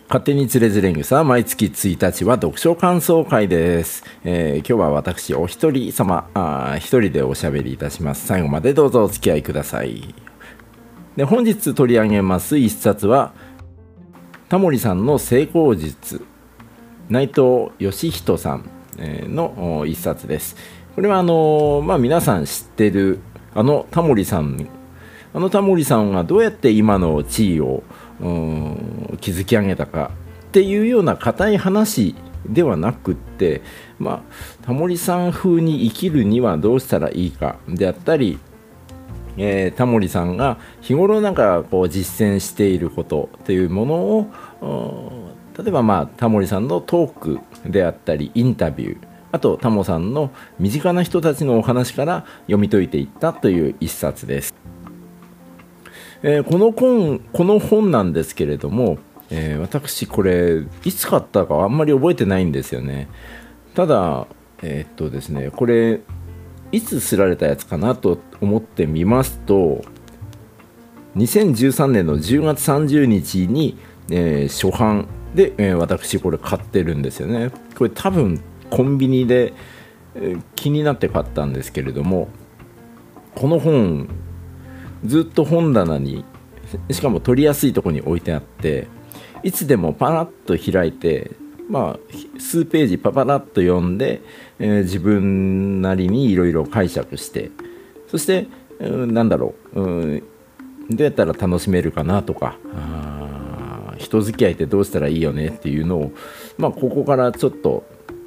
勝手につれづれ草、毎月1日は読書感想会です。今日は私お一人様一人でおしゃべりいたします。最後までどうぞお付き合いください。で、本日取り上げます一冊はタモリさんの成功術、内藤義人さんの一冊です。これは皆さん知ってるタモリさんがどうやって今の地位を築き上げたかっていうような固い話ではなくって、タモリさん風に生きるにはどうしたらいいかであったり、タモリさんが日頃実践していることというものを例えばタモリさんのトークであったりインタビュー、あとタモさんの身近な人たちのお話から読み解いていったという一冊です。この本なんですけれども、私これいつ買ったかあんまり覚えてないんですよね。ただですね、これいつ刷られたやつかなと思ってみますと、2013年の10月30日に、初版で、私これ買ってるんですよね。これ多分コンビニで、気になって買ったんですけれども、この本ずっと本棚に、しかも取りやすいところに置いてあって、いつでもパラッと開いて、数ページパパラッと読んで、自分なりにいろいろ解釈して、そしてどうやったら楽しめるかなとか、人付き合いってどうしたらいいよねっていうのを、ここからちょっと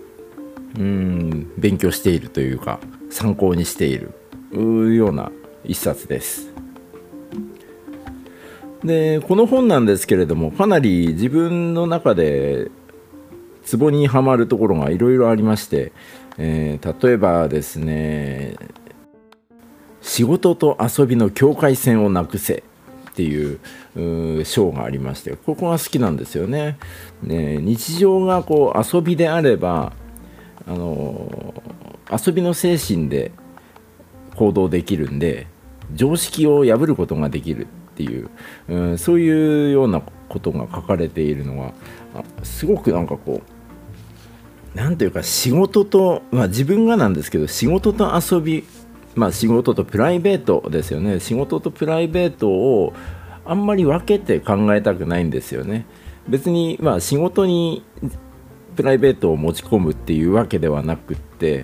勉強しているというか参考にしているような一冊です。で、この本なんですけれども、かなり自分の中でツボにはまるところがいろいろありまして、例えばですね、仕事と遊びの境界線をなくせっていう章がありまして、ここが好きなんですよね。日常が遊びであれば、遊びの精神で行動できるんで、常識を破ることができるっていう、そういうようなことが書かれているのがすごくなんていうか、仕事と、自分がなんですけど、仕事と遊び、仕事とプライベートですよね。仕事とプライベートをあんまり分けて考えたくないんですよね。別に仕事にプライベートを持ち込むっていうわけではなくって、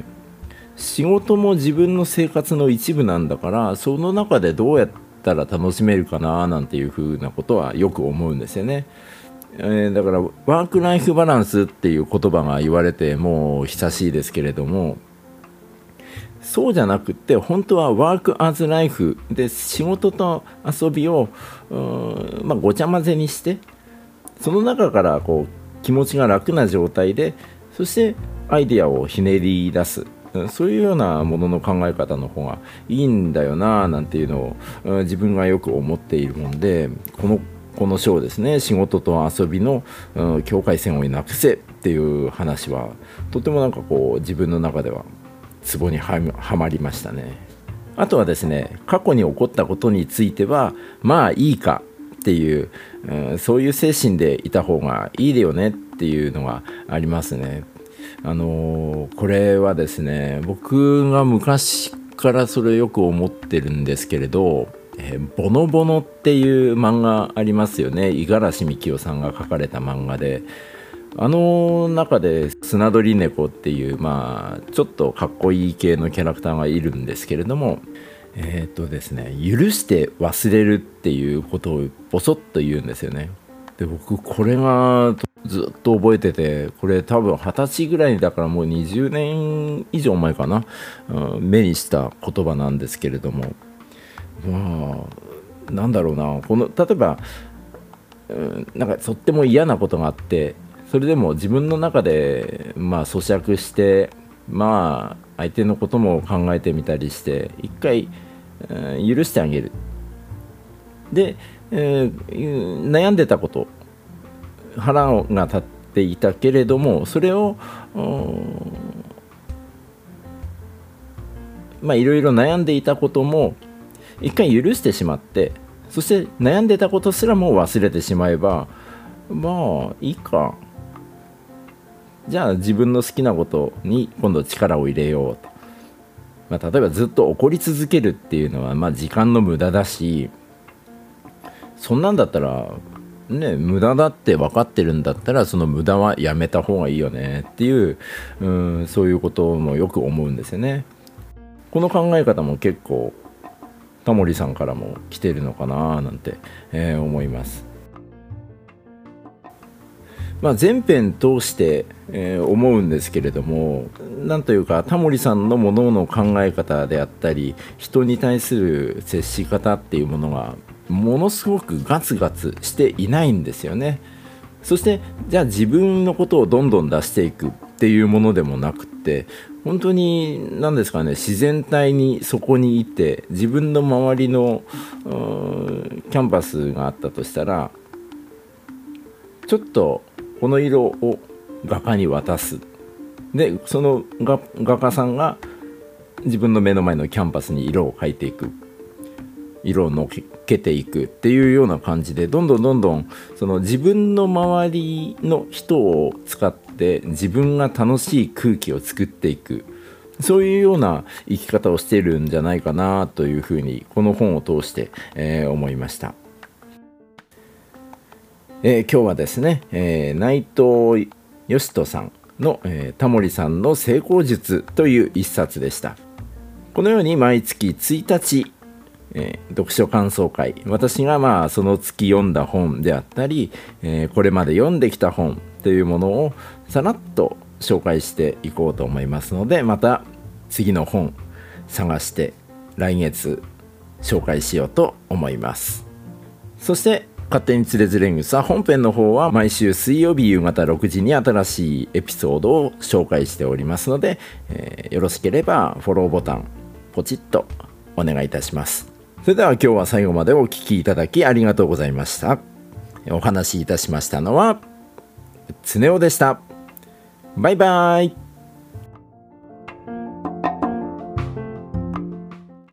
仕事も自分の生活の一部なんだから、その中でどうやったら楽しめるかななんていうふうなことはよく思うんですよね。だからワークライフバランスっていう言葉が言われてもう久しいですけれども、そうじゃなくって本当はワークアズライフで、仕事と遊びをごちゃ混ぜにして、その中から気持ちが楽な状態で、そしてアイデアをひねり出す、そういうようなものの考え方の方がいいんだよななんていうのを自分がよく思っているもんで、この章ですね、仕事と遊びの境界線をなくせっていう話はとても自分の中ではツボにはまりましたね。あとはですね、過去に起こったことについてはいいかっていう、そういう精神でいた方がいいよねっていうのがありますね。これはですね、僕が昔からそれよく思ってるんですけれど、ボノボノっていう漫画ありますよね。五十嵐美樹夫さんが書かれた漫画で、中でスナドリネコっていうちょっとかっこいい系のキャラクターがいるんですけれども、ですね、許して忘れるっていうことをボソッと言うんですよね。で、僕これがずっと覚えてて、これ多分20歳ぐらいだからもう20年以上前かな、目にした言葉なんですけれども、なんだろうな、例えばとっても嫌なことがあって、それでも自分の中で咀嚼して、相手のことも考えてみたりして一回、許してあげる。で、悩んでたこと、腹が立っていたけれども、それをいろいろ悩んでいたことも一回許してしまって、そして悩んでたことすらも忘れてしまえば、 まあいいか、じゃあ自分の好きなことに今度力を入れようと。例えばずっと怒り続けるっていうのは時間の無駄だし、そんなんだったらね、無駄だって分かってるんだったらその無駄はやめた方がいいよねっていう、そういうこともよく思うんですよね。この考え方も結構タモリさんからも来てるのかななんて、思います。全編通して、思うんですけれども、なんというかタモリさんのものの考え方であったり人に対する接し方っていうものがものすごくガツガツしていないんですよね。そしてじゃあ自分のことをどんどん出していくっていうものでもなくって、本当に何ですかね、自然体にそこにいて、自分の周りのキャンバスがあったとしたら、ちょっとこの色を画家に渡す。でその画家さんが自分の目の前のキャンバスに色を描いていく、色をのっけていくっていうような感じで、どんどんその自分の周りの人を使って自分が楽しい空気を作っていく、そういうような生き方をしているんじゃないかなというふうにこの本を通して、思いました。今日はですね、内藤義人さんの、タモリさんの成功術という一冊でした。このように毎月1日、読書感想会、私がその月読んだ本であったり、これまで読んできた本というものをさらっと紹介していこうと思いますので、また次の本探して来月紹介しようと思います。そして勝手につれづれ草本編の方は毎週水曜日夕方6時に新しいエピソードを紹介しておりますので、よろしければフォローボタンポチッとお願いいたします。それでは今日は最後までお聞きいただきありがとうございました。お話しいたしましたのは常雄でした。バイバイ。